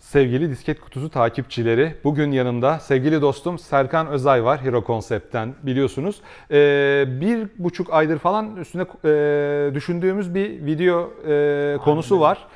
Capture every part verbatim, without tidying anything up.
Sevgili Disket Kutusu takipçileri, bugün yanımda sevgili dostum Serkan Özay var Hero Concept'ten, biliyorsunuz. Ee, bir buçuk aydır falan üstüne e, düşündüğümüz bir video e, konusu var.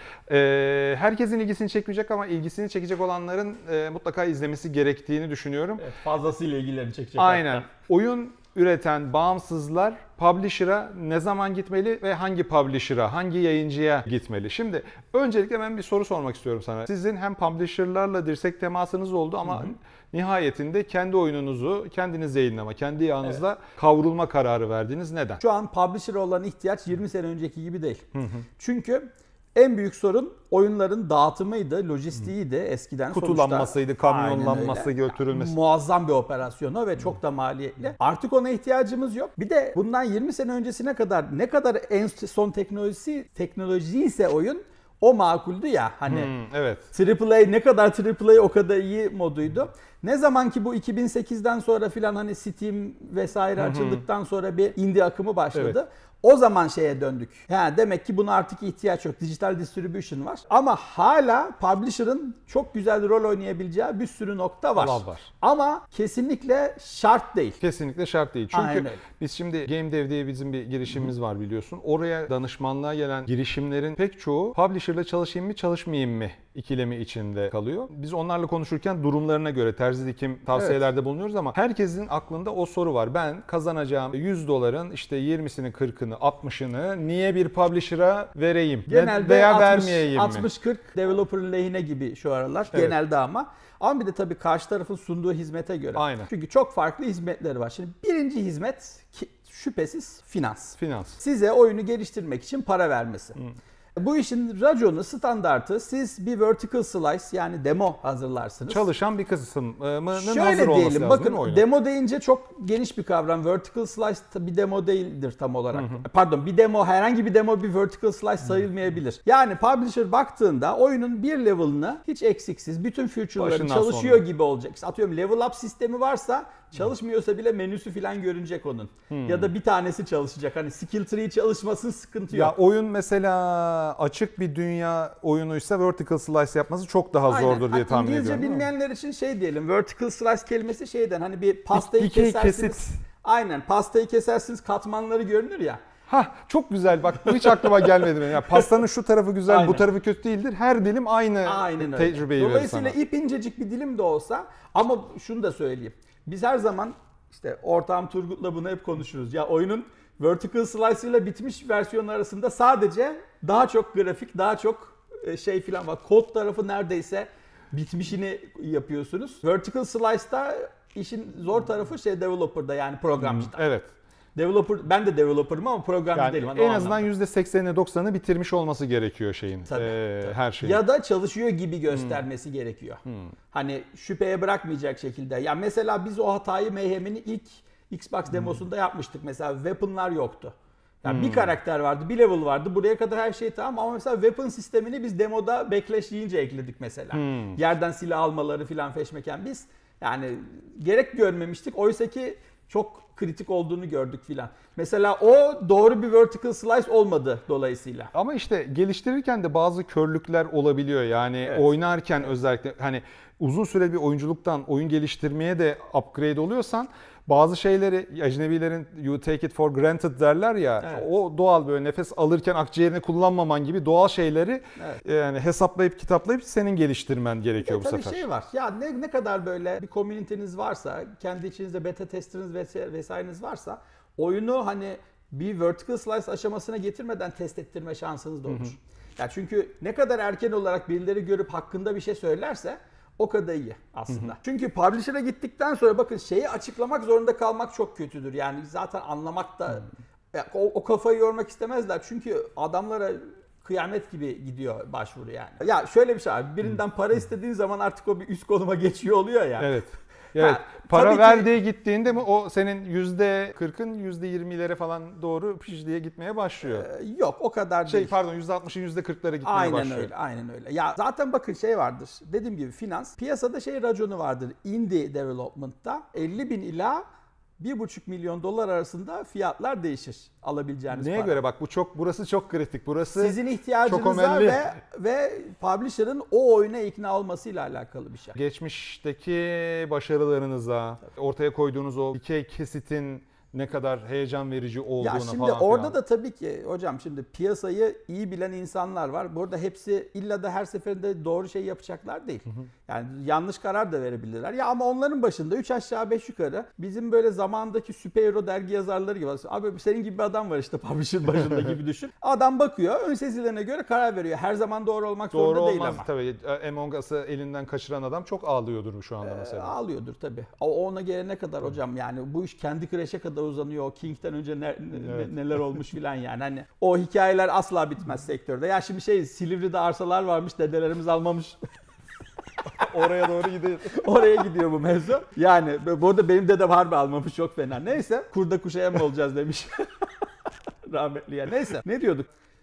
E, herkesin ilgisini çekmeyecek ama ilgisini çekecek olanların e, mutlaka izlemesi gerektiğini düşünüyorum. Evet, fazlasıyla ilgilerini çekecek. Aynen. Hatta. Oyun üreten bağımsızlar publisher'a ne zaman gitmeli ve hangi publisher'a, hangi yayıncıya gitmeli? Şimdi öncelikle ben bir soru sormak istiyorum sana. Sizin hem publisher'larla dirsek temasınız oldu ama hı hı. nihayetinde kendi oyununuzu kendiniz yayınlama, kendi yağınızla evet. kavrulma kararı verdiniz. Neden? Şu an publisher'a olan ihtiyaç yirmi sene önceki gibi değil. Hı hı. Çünkü en büyük sorun oyunların dağıtımıydı, lojistiğiydi eskiden. Kutulanmasıydı, kamyonlanması, götürülmesi. Muazzam bir operasyon o ve çok da maliyetli. Artık ona ihtiyacımız yok. Bir de bundan yirmi sene öncesine kadar ne kadar en son teknolojisi teknoloji ise oyun o makuldü ya. Hani hmm, evet. Triple A ne kadar Triple A o kadar iyi moduydu. Ne zaman ki bu iki bin sekizden sonra filan hani Steam vesaire açıldıktan sonra bir indie akımı başladı. Evet. O zaman şeye döndük. Yani demek ki buna artık ihtiyaç yok. Digital distribution var. Ama hala publisher'ın çok güzel rol oynayabileceği bir sürü nokta var. var. Ama kesinlikle şart değil. Kesinlikle şart değil. Çünkü Aynen öyle. Biz şimdi Game Dev diye bizim bir girişimimiz var biliyorsun. Oraya danışmanlığa gelen girişimlerin pek çoğu publisher'la çalışayım mı çalışmayayım mı ikilemi içinde kalıyor. Biz onlarla konuşurken durumlarına göre terzi dikim tavsiyelerde evet. bulunuyoruz ama herkesin aklında o soru var. Ben kazanacağım yüz doların işte yirmisini, kırkını, altmışını niye bir publisher'a vereyim? Genelde veya altmış, vermeyeyim mi? altmış kırk developer'ın lehine gibi şu aralar evet. genelde ama. Ama bir de tabii karşı tarafın sunduğu hizmete göre. Aynen. Çünkü çok farklı hizmetleri var. Şimdi birinci hizmet şüphesiz finans. Finans. Size oyunu geliştirmek için para vermesi. Hmm. Bu işin raconu, standartı siz bir vertical slice yani demo hazırlarsınız. Çalışan bir kısmının Şöyle hazır olması diyelim, lazım bakın, değil mi demo deyince çok geniş bir kavram. Vertical slice bir demo değildir tam olarak. Hı hı. Pardon, bir demo, herhangi bir demo bir vertical slice sayılmayabilir. Hı. Yani publisher baktığında oyunun bir level'ını hiç eksiksiz, bütün feature'ları çalışıyor sonra. gibi olacak. İşte atıyorum level up sistemi varsa çalışmıyorsa bile menüsü falan görünecek onun. Hmm. Ya da bir tanesi çalışacak. Hani skill tree çalışmasın, sıkıntı yok. Ya oyun mesela açık bir dünya oyunuysa vertical slice yapması çok daha Aynen. zordur diye tahmin İngilizce ediyorum. İngilizce bilmeyenler için şey diyelim. Vertical slice kelimesi şeyden hani bir pastayı Dikey kesersiniz. Kesit. Aynen. Pastayı kesersiniz, katmanları görünür ya. Hah, çok güzel, bak bu hiç aklıma gelmedi benim. Ya pastanın şu tarafı güzel, Aynen. bu tarafı kötü değildir. Her dilim aynı Aynen tecrübeyi verir sana. Dolayısıyla ip incecik bir dilim de olsa, ama şunu da söyleyeyim. Biz her zaman işte ortağım Turgut'la bunu hep konuşuruz. Ya oyunun vertical slice ile bitmiş versiyonu arasında sadece daha çok grafik, daha çok şey filan var. Kod tarafı neredeyse bitmişini yapıyorsunuz. Vertical slice'da işin zor tarafı şey developer'da, yani programcıda. Hmm, evet. Developer, ben de developer'ım ama programcı yani değilim. Hani en azından yüzde seksenini doksanını bitirmiş olması gerekiyor şeyin. Tabii, ee, tabii. Her şeyin. Ya da çalışıyor gibi göstermesi hmm. gerekiyor. Hmm. Hani şüpheye bırakmayacak şekilde. Ya mesela biz o hatayı Mayhem'in ilk Xbox demosunda hmm. yapmıştık. Mesela weapon'lar yoktu. Yani hmm. bir karakter vardı, bir level vardı. Buraya kadar her şey tamam ama mesela weapon sistemini biz demoda backlash yiyince ekledik mesela. Hmm. Yerden silah almaları filan feşmeken biz yani gerek görmemiştik. Oysa ki çok kritik olduğunu gördük filan. Mesela o doğru bir vertical slice olmadı dolayısıyla. Ama işte geliştirirken de bazı körlükler olabiliyor. Yani evet. oynarken özellikle hani uzun süre bir oyunculuktan oyun geliştirmeye de upgrade oluyorsan bazı şeyleri ecnebilerin you take it for granted derler ya, evet. o doğal böyle nefes alırken akciğerini kullanmaman gibi doğal şeyleri evet. yani hesaplayıp kitaplayıp senin geliştirmen gerekiyor e, bu tabii sefer. Şey var. Ya ne ne kadar böyle bir community'niz varsa, kendi içinizde beta testeriniz vesaire, vesaireniz varsa oyunu hani bir vertical slice aşamasına getirmeden test ettirme şansınız da olur. Hı hı. Ya çünkü ne kadar erken olarak birileri görüp hakkında bir şey söylerse o kadar iyi aslında. Hı hı. Çünkü publisher'a gittikten sonra bakın şeyi açıklamak zorunda kalmak çok kötüdür. Yani zaten anlamak da ya, o, o kafayı yormak istemezler. Çünkü adamlara kıyamet gibi gidiyor başvuru yani. Ya şöyle bir şey var. Birinden para istediğin zaman artık o bir üst konuma geçiyor oluyor ya. Evet. Evet. Ha, para verdiği gittiğinde mi o senin yüzde kırkın yüzde yirmilere falan doğru piş diye gitmeye başlıyor. Ee, yok o kadar şey, değil. Pardon yüzde altmışın yüzde kırklara gitmeye aynen başlıyor. Aynen öyle, aynen öyle. Ya zaten bakın şey vardır. Dediğim gibi finans, piyasada şey raconu vardır. Indie development'ta elli bin ila bir buçuk milyon dolar arasında fiyatlar değişir alabileceğiniz Neye para. göre bak bu çok burası çok kritik. Burası Sizin ihtiyacınıza omelli. ve ve publisher'ın o oyuna ikna olmasıyla alakalı bir şey. geçmişteki başarılarınıza, ortaya koyduğunuz o dikey kesitin ne kadar heyecan verici olduğuna Ya şimdi falan orada filan. da tabii ki hocam şimdi piyasayı iyi bilen insanlar var. Burada hepsi illa da her seferinde doğru şey yapacaklar değil. Hı hı. Yani yanlış karar da verebilirler. Ya ama onların başında üç aşağı beş yukarı bizim böyle zamandaki süper dergi yazarları gibi. Abi senin gibi bir adam var işte publisher başında gibi düşün. Adam bakıyor, ön sezilerine göre karar veriyor. Her zaman doğru olmak Doğru zorunda değil olmaz ama. tabii. Among Us'ı elinden kaçıran adam çok ağlıyordur şu anda mesela. Ee, ağlıyordur tabii. O ona gelene kadar hocam yani bu iş kendi Crash'e kadar uzanıyor. O King'den önce ne, ne- Evet. neler olmuş filan yani. Hani o hikayeler asla bitmez sektörde. Ya şimdi şey Silivri'de arsalar varmış dedelerimiz almamış. Oraya doğru gidiyor. Oraya gidiyor bu mevzu. Yani bu arada benim dedem harbi almamış çok fena. Neyse kurda kuşa yem olacağız demiş. Rahmetli ya. Neyse ne diyorduk?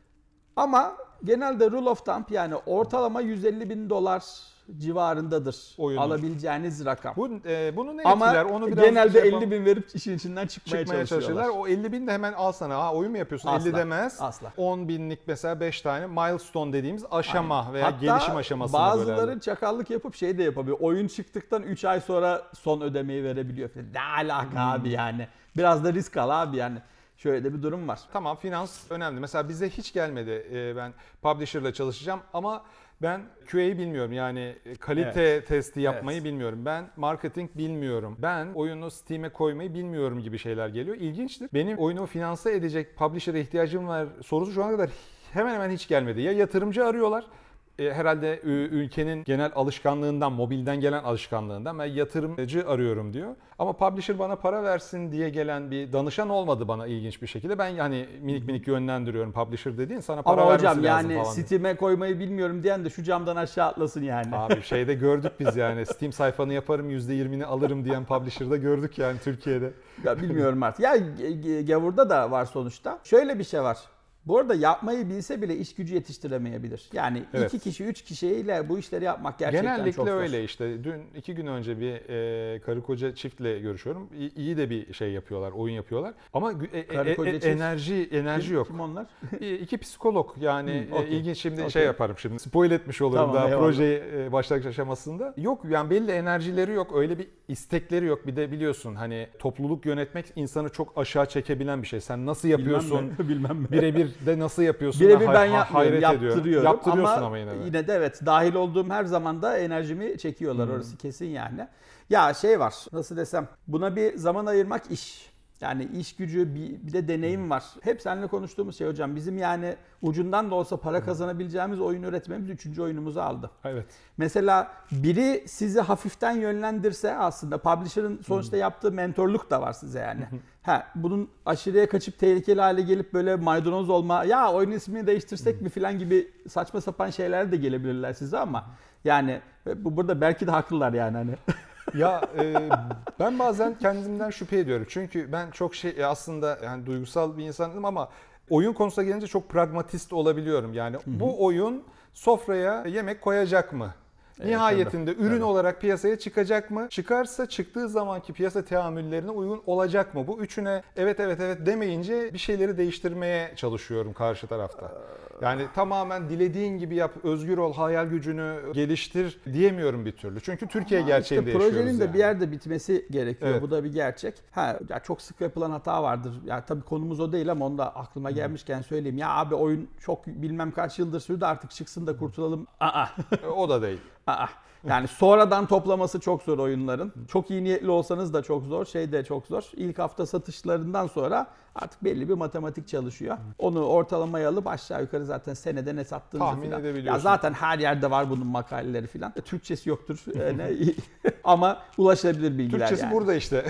Ama genelde rule of thumb yani ortalama yüz elli bin dolar civarındadır Oyunun. alabileceğiniz rakam. Bu, e, bunu ne Ama etkiler? Onu biraz genelde şey yapalım. elli bin verip işin içinden çıkmaya, çıkmaya çalışıyorlar. çalışırlar. O elli bin de hemen al sana. Ha, oyun mu yapıyorsun? Asla, elli demez. asla. on binlik mesela beş tane milestone dediğimiz aşama Aynen. veya Hatta gelişim aşamasına bazıları bölerler. çakallık yapıp şey de yapabiliyor. Oyun çıktıktan üç ay sonra son ödemeyi verebiliyor. Ne alaka Hmm. abi yani. Biraz da risk al abi yani. Şöyle de bir durum var. Tamam, finans önemli. Mesela bize hiç gelmedi. Ee, ben publisher'la çalışacağım ama ben Q A'yı bilmiyorum. Yani kalite testi yapmayı Evet. bilmiyorum. Ben marketing bilmiyorum. Ben oyunu Steam'e koymayı bilmiyorum gibi şeyler geliyor. İlginçtir. Benim oyunu finanse edecek publisher'a ihtiyacım var sorusu şu ana kadar hemen hemen hiç gelmedi. Ya yatırımcı arıyorlar. E, herhalde ülkenin genel alışkanlığından, mobilden gelen alışkanlığından ben yatırımcı arıyorum diyor. Ama publisher bana para versin diye gelen bir danışan olmadı bana ilginç bir şekilde. Ben yani minik minik yönlendiriyorum publisher dediğin sana para Ama vermesi hocam lazım yani falan diye. Steam'e koymayı bilmiyorum diyen de şu camdan aşağı atlasın yani. Abi şeyde gördük biz yani Steam sayfanı yaparım yüzde yirmini alırım diyen publisher'da gördük yani Türkiye'de. Ya bilmiyorum artık. Ya g- g- gavurda da var sonuçta. Şöyle bir şey var. Bu arada yapmayı bilse bile iş gücü yetiştiremeyebilir. Yani Evet. iki kişi, üç kişiyle bu işleri yapmak gerçekten Genellikle çok zor. öyle işte. Dün iki gün önce bir e, karı koca çiftle görüşüyorum. İyi, iyi de bir şey yapıyorlar, oyun yapıyorlar. Ama e, e, Karı koca e, çift. enerji enerji Kim- yok. Kim onlar? İ- İki psikolog yani Hmm, e, okey. ilginç şimdi Okey. şey yaparım şimdi spoil etmiş olurum Tamam, daha eyvallah. projeyi e, başlangıç aşamasında. Yok yani belli enerjileri yok öyle bir istekleri yok bir de biliyorsun hani topluluk yönetmek insanı çok aşağı çekebilen bir şey. Sen nasıl yapıyorsun Bilmem ben. Bilmem ben. birebir de nasıl yapıyorsun? Birebir Ha- ben ha- yapmıyorum, hayret ediyorum. yaptırıyorum. Yaptırıyorsun ama, ama yine de. yine de evet dahil olduğum her zaman da enerjimi çekiyorlar Hmm. orası kesin yani. Ya şey var nasıl desem buna bir zaman ayırmak iş. Yani iş gücü bir, bir de deneyim var. Hep seninle konuştuğumuz şey hocam bizim yani ucundan da olsa para kazanabileceğimiz oyun üretmemiz üçüncü oyunumuzu aldı. Evet. Mesela biri sizi hafiften yönlendirse aslında publisher'ın sonuçta yaptığı mentorluk da var size yani. Ha, bunun aşırıya kaçıp tehlikeli hale gelip böyle maydanoz olma, ya oyun ismini değiştirsek mi falan gibi saçma sapan şeyler de gelebilirler size ama yani bu burada belki de haklılar yani hani. Ya e, ben bazen kendimden şüphe ediyorum. Çünkü ben çok şey e, aslında yani duygusal bir insanım ama oyun konusuna gelince çok pragmatist olabiliyorum. Yani bu oyun sofraya yemek koyacak mı? Evet, Nihayetinde tabii, ürün tabii. olarak piyasaya çıkacak mı? Çıkarsa çıktığı zamanki piyasa teamüllerine uygun olacak mı? Bu üçüne evet evet evet demeyince bir şeyleri değiştirmeye çalışıyorum karşı tarafta. Yani tamamen dilediğin gibi yap, özgür ol, hayal gücünü geliştir diyemiyorum bir türlü. Çünkü Türkiye Ama gerçeğinde işte yaşıyoruz projenin de yani. bir yerde bitmesi gerekiyor. Evet. Bu da bir gerçek. Ha ya çok sık yapılan hata vardır. Ya tabii konumuz o değil ama onu da aklıma gelmişken söyleyeyim. Ya abi oyun çok bilmem kaç yıldır sürdü artık çıksın da kurtulalım. Aa. O da değil. Aa. Yani sonradan toplaması çok zor oyunların. Çok iyi niyetli olsanız da çok zor, şey de çok zor. İlk hafta satışlarından sonra artık belli bir matematik çalışıyor. Onu ortalamaya alıp aşağı yukarı zaten senede ne sattığınızı Tahmin falan. edebiliyorsun. Ya zaten her yerde var bunun makaleleri falan. Türkçesi yoktur. Yani ama ulaşılabilir bilgiler Türkçesi yani. burada işte.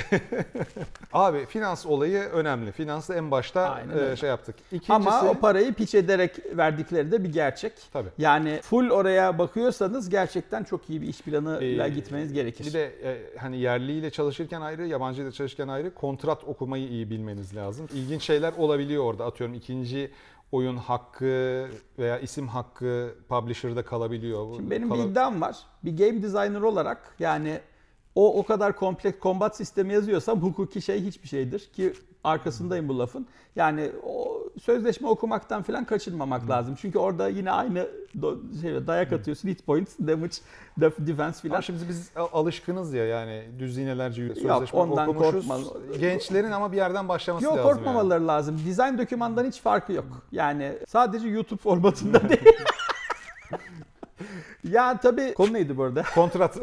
Abi finans olayı önemli. Finansı en başta Aynen öyle. e, şey yaptık. İkincisi, Ama o parayı piç ederek verdikleri de bir gerçek. Tabii. Yani full oraya bakıyorsanız gerçekten çok iyi bir iş planıyla Ee, gitmeniz gerekir. bir de e, hani yerliyle çalışırken ayrı, yabancıyla çalışırken ayrı kontrat okumayı iyi bilmeniz lazım. İlginç şeyler olabiliyor orada. Atıyorum ikinci oyun hakkı veya isim hakkı publisher'da kalabiliyor. Şimdi benim Kala- bir iddiam var. Bir game designer olarak yani O o kadar kompleks combat sistemi yazıyorsam hukuki şey hiçbir şeydir ki arkasındayım bu lafın. Yani o sözleşme okumaktan falan kaçınmamak hmm. lazım. Çünkü orada yine aynı do- şey, dayak atıyorsun. Hit points, damage, def- defense filan. Ama şimdi biz alışkınız ya yani düz iğnelerce sözleşme Yok, ondan okumuşuz. korkma. Gençlerin ama bir yerden başlaması Yok, lazım. Yok korkmamaları yani. lazım. Design dokümandan hiç farkı yok. Yani sadece YouTube formatında değil. Ya tabii konu neydi bu arada? Kontrat.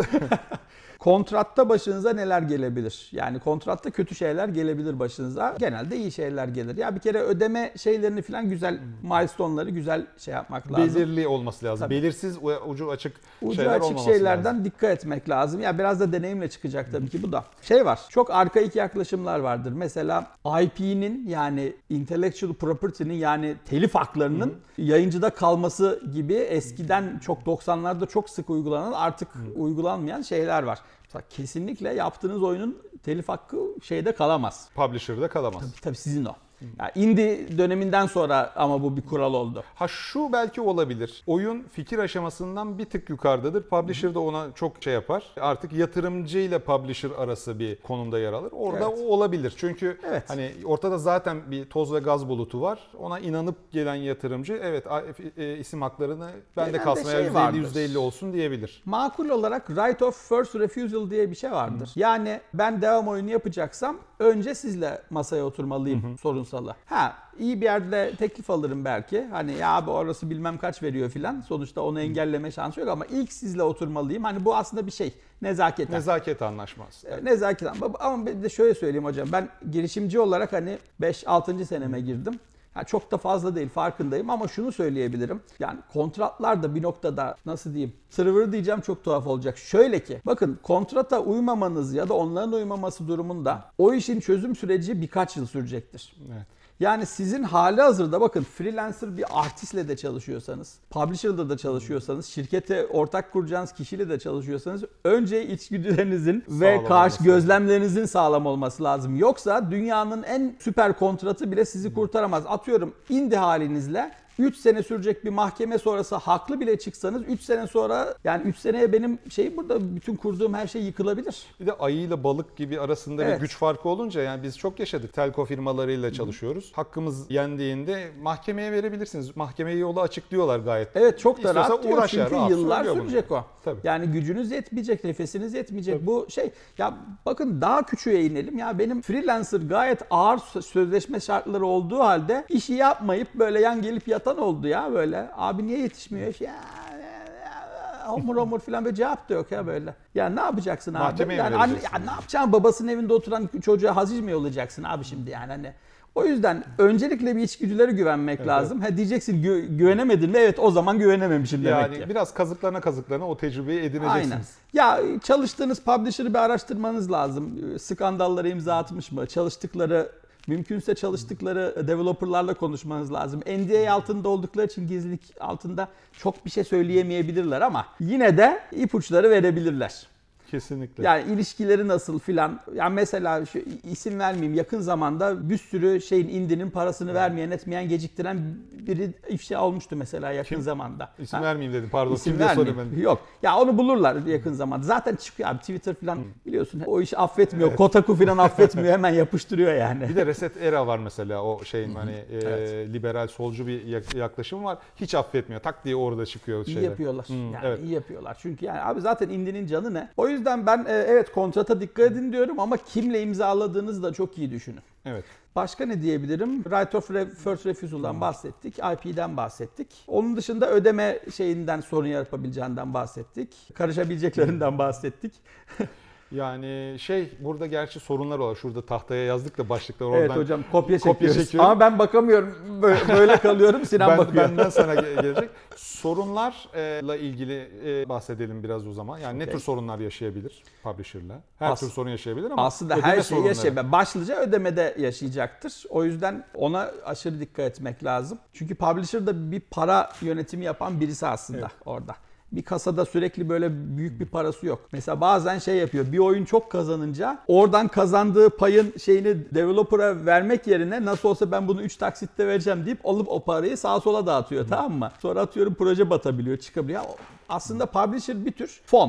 Kontratta başınıza neler gelebilir? Yani kontratta kötü şeyler gelebilir başınıza. Genelde iyi şeyler gelir. Ya bir kere ödeme şeylerini falan güzel, milestone'ları güzel şey yapmak lazım. Belirli olması lazım. Tabii. Belirsiz, ucu açık ucu şeyler açık olmaması şeylerden lazım. dikkat etmek lazım. Ya biraz da deneyimle çıkacak tabii ki bu da. Şey var. Çok arkaik yaklaşımlar vardır. Mesela I P'nin yani intellectual property'nin yani telif haklarının Hı-hı. yayıncıda kalması gibi eskiden çok doksanlarda çok sık uygulanan artık Hı-hı. uygulanmayan şeyler var. Kesinlikle yaptığınız oyunun telif hakkı şeyde kalamaz. Publisher'da kalamaz. Tabii, tabii sizin o. Yani indie döneminden sonra ama bu bir kural oldu. Ha şu belki olabilir. Oyun fikir aşamasından bir tık yukarıdadır. Publisher da ona çok şey yapar. Artık yatırımcı ile publisher arası bir konumda yer alır. Orada evet. o olabilir. Çünkü evet. hani ortada zaten bir toz ve gaz bulutu var. Ona inanıp gelen yatırımcı evet isim haklarını bende kalsın şey yüzde elli olsun diyebilir. Makul olarak right of first refusal diye bir şey vardır. Hı. Yani ben devam oyunu yapacaksam önce sizle masaya oturmalıyım Hı-hı. sorunsalı. Ha iyi bir yerde teklif alırım belki. Hani ya abi orası bilmem kaç veriyor filan. Sonuçta onu engelleme şansı yok ama ilk sizle oturmalıyım. Hani bu aslında bir şey. Nezaket. Nezaket anlaşması. Evet. Nezaket anlaşması. Ama bir de şöyle söyleyeyim hocam. Ben girişimci olarak hani beş altıncı seneme girdim. Yani çok da fazla değil farkındayım ama şunu söyleyebilirim. Yani kontratlar da bir noktada nasıl diyeyim tırvır diyeceğim çok tuhaf olacak. Şöyle ki bakın kontrata uymamanız ya da onların uymaması durumunda o işin çözüm süreci birkaç yıl sürecektir. Evet. Yani sizin hali hazırda bakın freelancer bir artistle de çalışıyorsanız, publisher'da da çalışıyorsanız, şirkete ortak kuracağınız kişiyle de çalışıyorsanız önce içgüdülerinizin ve karşı gözlemlerinizin sağlam olması lazım. Yoksa dünyanın en süper kontratı bile sizi kurtaramaz. Atıyorum indie halinizle üç sene sürecek bir mahkeme sonrası haklı bile çıksanız üç sene sonra yani üç seneye benim şey burada bütün kurduğum her şey yıkılabilir. Bir de ayıyla balık gibi arasında evet. bir güç farkı olunca yani biz çok yaşadık. Telko firmalarıyla çalışıyoruz. Hı. Hakkımız yendiğinde mahkemeye verebilirsiniz. Mahkemeye yolu açık diyorlar gayet. Evet çok da rahat diyor uğraşar, çünkü rahat yıllar sürecek bunu. o. Tabii. Yani gücünüz yetmeyecek, nefesiniz yetmeyecek. Tabii. Bu şey ya bakın daha küçüğe inelim. Ya benim freelancer gayet ağır sözleşme şartları olduğu halde işi yapmayıp böyle yan gelip yatan oldu ya böyle. Abi niye yetişmiyor? Ya homur homur falan böyle cevap da yok ya böyle. Ya ne yapacaksın abi? Mahkemeye yani anne, ya ne yapacaksın? Babasının evinde oturan çocuğa haciz mi yollayacaksın abi şimdi yani hani. O yüzden öncelikle bir içgüdülere güvenmek evet, lazım. Evet. Ha diyeceksin gü- güvenemedin mi? Evet o zaman güvenememişim demek yani ki. Yani biraz kazıklarına kazıklarına o tecrübeyi edineceksiniz. Aynen. Ya çalıştığınız publisher'ı bir araştırmanız lazım. Skandallara imza atmış mı? Çalıştıkları mümkünse çalıştıkları developerlarla konuşmanız lazım. N D A altında oldukları için gizlilik altında çok bir şey söyleyemeyebilirler ama yine de ipuçları verebilirler. Kesinlikle. Yani ilişkileri nasıl filan. Yani mesela şu isim vermeyeyim yakın zamanda bir sürü şeyin indinin parasını vermeyen etmeyen geciktiren biri ifşa olmuştu mesela yakın Kim? zamanda. İsim ha? vermeyeyim dedim pardon. İsim Kim diye sorayım ben. Yok. Ya onu bulurlar yakın zamanda. Zaten çıkıyor abi Twitter filan hmm. biliyorsun. O işi affetmiyor. Evet. Kotaku filan affetmiyor. Hemen yapıştırıyor yani. Bir de Reset Era var mesela o şeyin hani evet. e, liberal solcu bir yaklaşım var. Hiç affetmiyor. Tak diye orada çıkıyor şeyler. İyi yapıyorlar. Hmm, yani evet. iyi yapıyorlar. Çünkü yani abi zaten indinin canı ne? O yüzden ben e, evet kontrata dikkat edin diyorum ama kimle imzaladığınızı da çok iyi düşünün. Evet. Başka ne diyebilirim? Right of First Refusal'dan bahsettik. I P'den bahsettik. Onun dışında ödeme şeyinden sorun yapabileceğinden bahsettik. Karışabileceklerinden bahsettik. Yani şey burada gerçi sorunlar var. Şurada tahtaya yazdık da başlıklar oradan. Evet hocam kopya, kopya çekiyoruz. çekiyorum. Ama ben bakamıyorum. Böyle, böyle kalıyorum. Sinan ben, bakıyor. Benden sana gelecek. Sorunlarla ilgili bahsedelim biraz o zaman. Yani okay. ne tür sorunlar yaşayabilir publisher'la? Her As- tür sorun yaşayabilir ama aslında her şey yaşayabilir. Başlıca ödemede yaşayacaktır. O yüzden ona aşırı dikkat etmek lazım. Çünkü publisher'da bir para yönetimi yapan birisi aslında evet. orada. Bir kasada sürekli böyle büyük bir parası yok. Mesela bazen şey yapıyor. Bir oyun çok kazanınca oradan kazandığı payın şeyini developer'a vermek yerine nasıl olsa ben bunu üç taksitte vereceğim deyip alıp o parayı sağa sola dağıtıyor. Hı. Tamam mı? Sonra atıyorum proje batabiliyor, çıkabiliyor. Aslında publisher bir tür fon.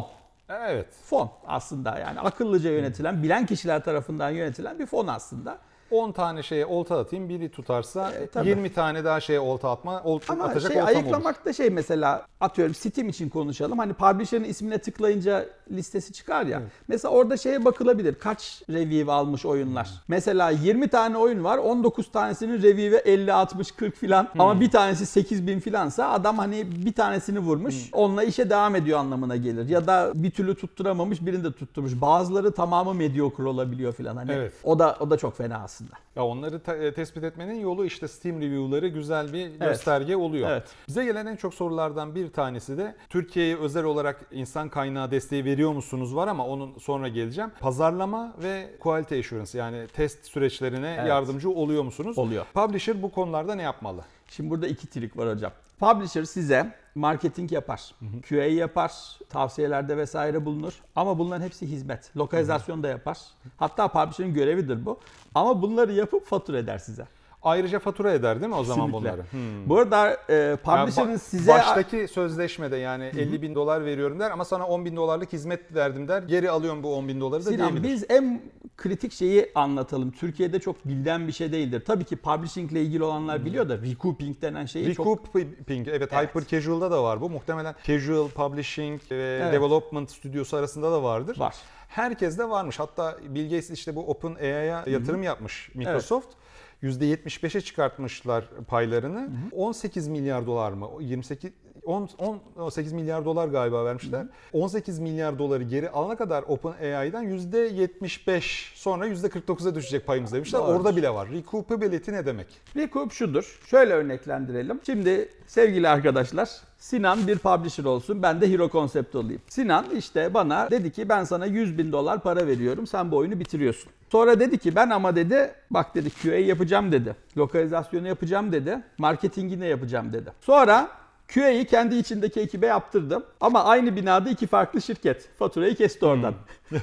Evet. Fon aslında, yani akıllıca yönetilen, bilen kişiler tarafından yönetilen bir fon aslında. on tane şeye olta atayım, biri tutarsa E, tabii. yirmi tane daha şeye olta atma, olta Ama atacak şey oltam olur. ayıklamak da şey, mesela atıyorum Steam için konuşalım. Hani publisher'ın ismine tıklayınca listesi çıkar ya. Evet. Mesela orada şeye bakılabilir. Kaç review almış oyunlar? Hmm. Mesela yirmi tane oyun var. on dokuz tanesinin review'i elli altmış kırk filan. Hmm. Ama bir tanesi sekiz bin filansa adam hani bir tanesini vurmuş. Hmm. Onunla işe devam ediyor anlamına gelir. Ya da bir türlü tutturamamış, birini de tutturmuş. Bazıları tamamı mediocre olabiliyor filan. Hani Evet. o da o da çok fena aslında. Ya onları te- tespit etmenin yolu işte Steam review'ları güzel bir gösterge oluyor. Evet. Bize gelen en çok sorulardan bir tanesi de Türkiye'ye özel olarak insan kaynağı desteği veriyor musunuz var, ama onun sonra geleceğim. Pazarlama ve quality assurance, yani test süreçlerine Evet. yardımcı oluyor musunuz? Oluyor. Publisher bu konularda ne yapmalı? Şimdi burada iki trik var hocam. Publisher size marketing yapar, Q A yapar, tavsiyelerde vesaire bulunur. Ama bunların hepsi hizmet. Lokalizasyon da yapar. Hatta publisher'ın görevidir bu. Ama bunları yapıp fatura eder size. Ayrıca fatura eder değil mi o zaman Kesinlikle. bunları? Hmm. Bu arada e, publisher'ın Yani ba- size... Baştaki sözleşmede yani elli bin dolar veriyorum der ama sana on bin dolarlık hizmet verdim der. Geri alıyorum bu on bin doları da Sinan, diyebilir. biz en kritik şeyi anlatalım. Türkiye'de çok bilinen bir şey değildir. Tabii ki publishing ile ilgili olanlar biliyor da recouping denen şeyi çok... Recouping, evet, Evet. Hyper Casual'da da var bu. Muhtemelen Casual Publishing ve Evet. Development stüdyosu arasında da vardır. Var. Herkes de varmış. Hatta Bill Gates işte bu OpenAI'ya yatırım yapmış Microsoft. yüzde yetmiş beşe çıkartmışlar paylarını. Hı hı. on sekiz milyar dolar mı? yirmi sekiz on, on sekiz milyar dolar galiba vermişler. Hı hı. on sekiz milyar doları geri alana kadar OpenAI'dan yüzde yetmiş beş, sonra yüzde kırk dokuza düşecek payımız demişler. Doğru. Orada bile var. Recoupability ne demek? Recoup şudur. Şöyle örneklendirelim. Şimdi sevgili arkadaşlar, Sinan bir publisher olsun, ben de Hero Concept olayım. Sinan işte bana dedi ki ben sana yüz bin dolar para veriyorum, sen bu oyunu bitiriyorsun. Sonra dedi ki ben ama dedi bak dedi Q A yapacağım dedi. Lokalizasyonu yapacağım dedi. Marketingini yapacağım dedi. Sonra Q A'yı kendi içindeki ekibe yaptırdım. Ama aynı binada iki farklı şirket. Faturayı kesti oradan. Hmm.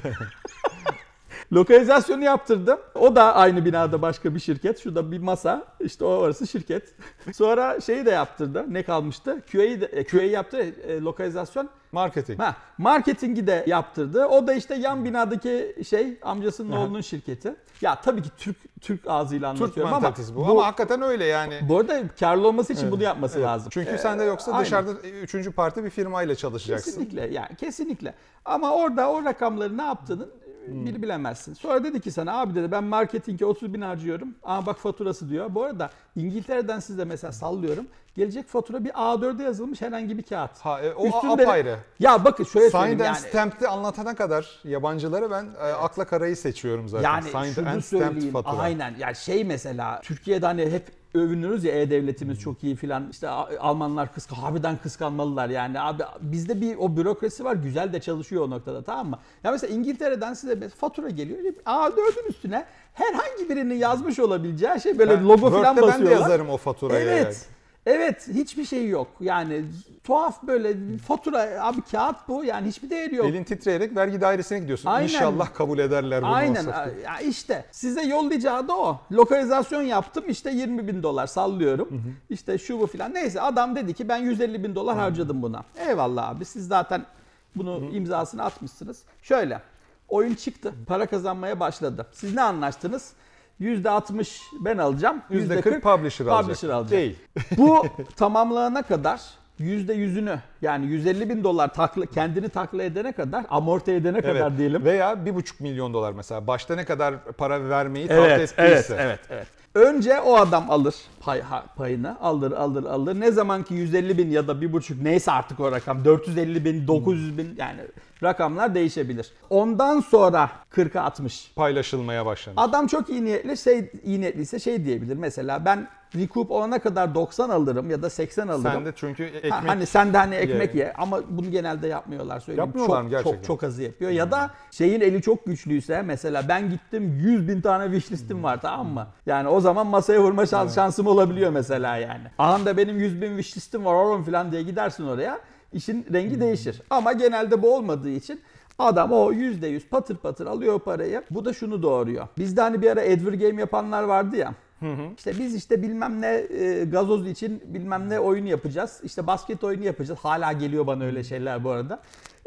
Lokalizasyonu yaptırdım. O da aynı binada başka bir şirket. Şurada bir masa. İşte o orası şirket. Sonra şeyi de yaptırdı. Ne kalmıştı? Q A'yı de, Q A'yı yaptı. E, lokalizasyon. Marketing. Ha, marketingi de yaptırdı. O da işte yan binadaki şey amcasının Aha. oğlunun şirketi. Ya tabii ki Türk Türk ağzıyla Türk anlatıyorum ama mantalitesi bu. Ama hakikaten öyle yani. bu arada karlı olması için Evet, bunu yapması evet. lazım. Çünkü Ee, sen de yoksa aynen. dışarıda üçüncü parti bir firmayla çalışacaksın. Kesinlikle, yani kesinlikle. Ama orada o rakamları ne yaptığının Hmm. biri bilemezsin. Sonra dedi ki sana abi dedi ben marketinge otuz bin harcıyorum. Aa bak faturası diyor. Bu arada İngiltere'den size mesela sallıyorum. Gelecek fatura bir A dörde yazılmış herhangi bir kağıt. Ha, e, o Üstünde- apayrı. Ya bakın şöyle Signed söyleyeyim and yani. Stamped'i anlatana kadar yabancılara ben e, akla karayı seçiyorum zaten. Yani Signed şunu and Stamped söyleyeyim, fatura. aynen. Yani şey mesela Türkiye'de hani hep övünürüz ya e-devletimiz çok iyi filan. İşte Almanlar kıskan, harbiden kıskanmalılar yani. Abi bizde bir o bürokrasi var, güzel de çalışıyor o noktada, tamam mı? Ya mesela İngiltere'den size bir fatura geliyor. A dördün üstüne herhangi birinin yazmış olabileceği şey böyle Ben- logo filan Word'de basıyorlar. ben de yazarım o faturayı. Evet. yani. Evet, hiçbir şey yok. Yani tuhaf böyle fatura, abi kağıt bu, yani hiçbir değeri yok. Elin titreyerek vergi dairesine gidiyorsun. Aynen. İnşallah kabul ederler bunu. Aynen. olsa. Ya işte size yollayacağı da o. Lokalizasyon yaptım işte yirmi bin dolar sallıyorum. Hı hı. İşte şu bu filan. Neyse adam dedi ki ben yüz elli bin dolar harcadım buna. Eyvallah abi, siz zaten bunu hı hı. imzasını atmışsınız. Şöyle, oyun çıktı, para kazanmaya başladı. Siz ne anlaştınız? yüzde altmış ben alacağım. yüzde kırk publisher alacak. publisher alacak. Değil. Bu tamamlanana kadar yüzde yüzünü yani yüz elli bin dolar takla, kendini takla edene kadar, amorti edene kadar Evet. diyelim. Veya bir buçuk milyon dolar mesela. Başta ne kadar para vermeyi taahhüt Evet, evet, ettiyse. evet, evet. Önce o adam alır pay, ha, payını, alır, alır, alır. Ne zaman ki yüz elli bin ya da bir buçuk neyse artık o rakam, dört yüz elli bin, dokuz yüz bin yani rakamlar değişebilir. Ondan sonra kırka altmış. Paylaşılmaya başlanır. Adam çok iyi niyetli, şey iyi niyetliyse şey diyebilir. Mesela ben recoup olana kadar doksan alırım ya da seksen alırım. Sen de çünkü ekmek... Ha, hani sen de hani ekmek ye. ye ama bunu genelde yapmıyorlar, söyleyeyim. Yapmıyorlar çok, mı gerçekten? Çok çok azı yapıyor. Ya da şeyin eli çok güçlüyse, mesela ben gittim yüz bin tane wishlistim var, tamam mı? Yani o zaman masaya vurma şans, şansım olabiliyor mesela yani. Anında benim yüz bin wishlistim var oğlum falan diye gidersin oraya. İşin rengi değişir. Ama genelde bu olmadığı için adam o yüzde yüz patır patır alıyor parayı. Bu da şunu doğuruyor. Bizde hani bir ara Adver Game yapanlar vardı ya. Hı hı. İşte biz işte bilmem ne e, gazoz için bilmem ne oyunu yapacağız. İşte basket oyunu yapacağız. Hala geliyor bana öyle şeyler bu arada.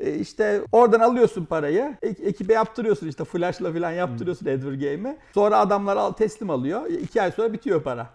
E, işte oradan alıyorsun parayı. E- ekibe yaptırıyorsun işte flashla falan yaptırıyorsun Edward Game'i. Sonra adamlar al, teslim alıyor. E, iki ay sonra bitiyor para.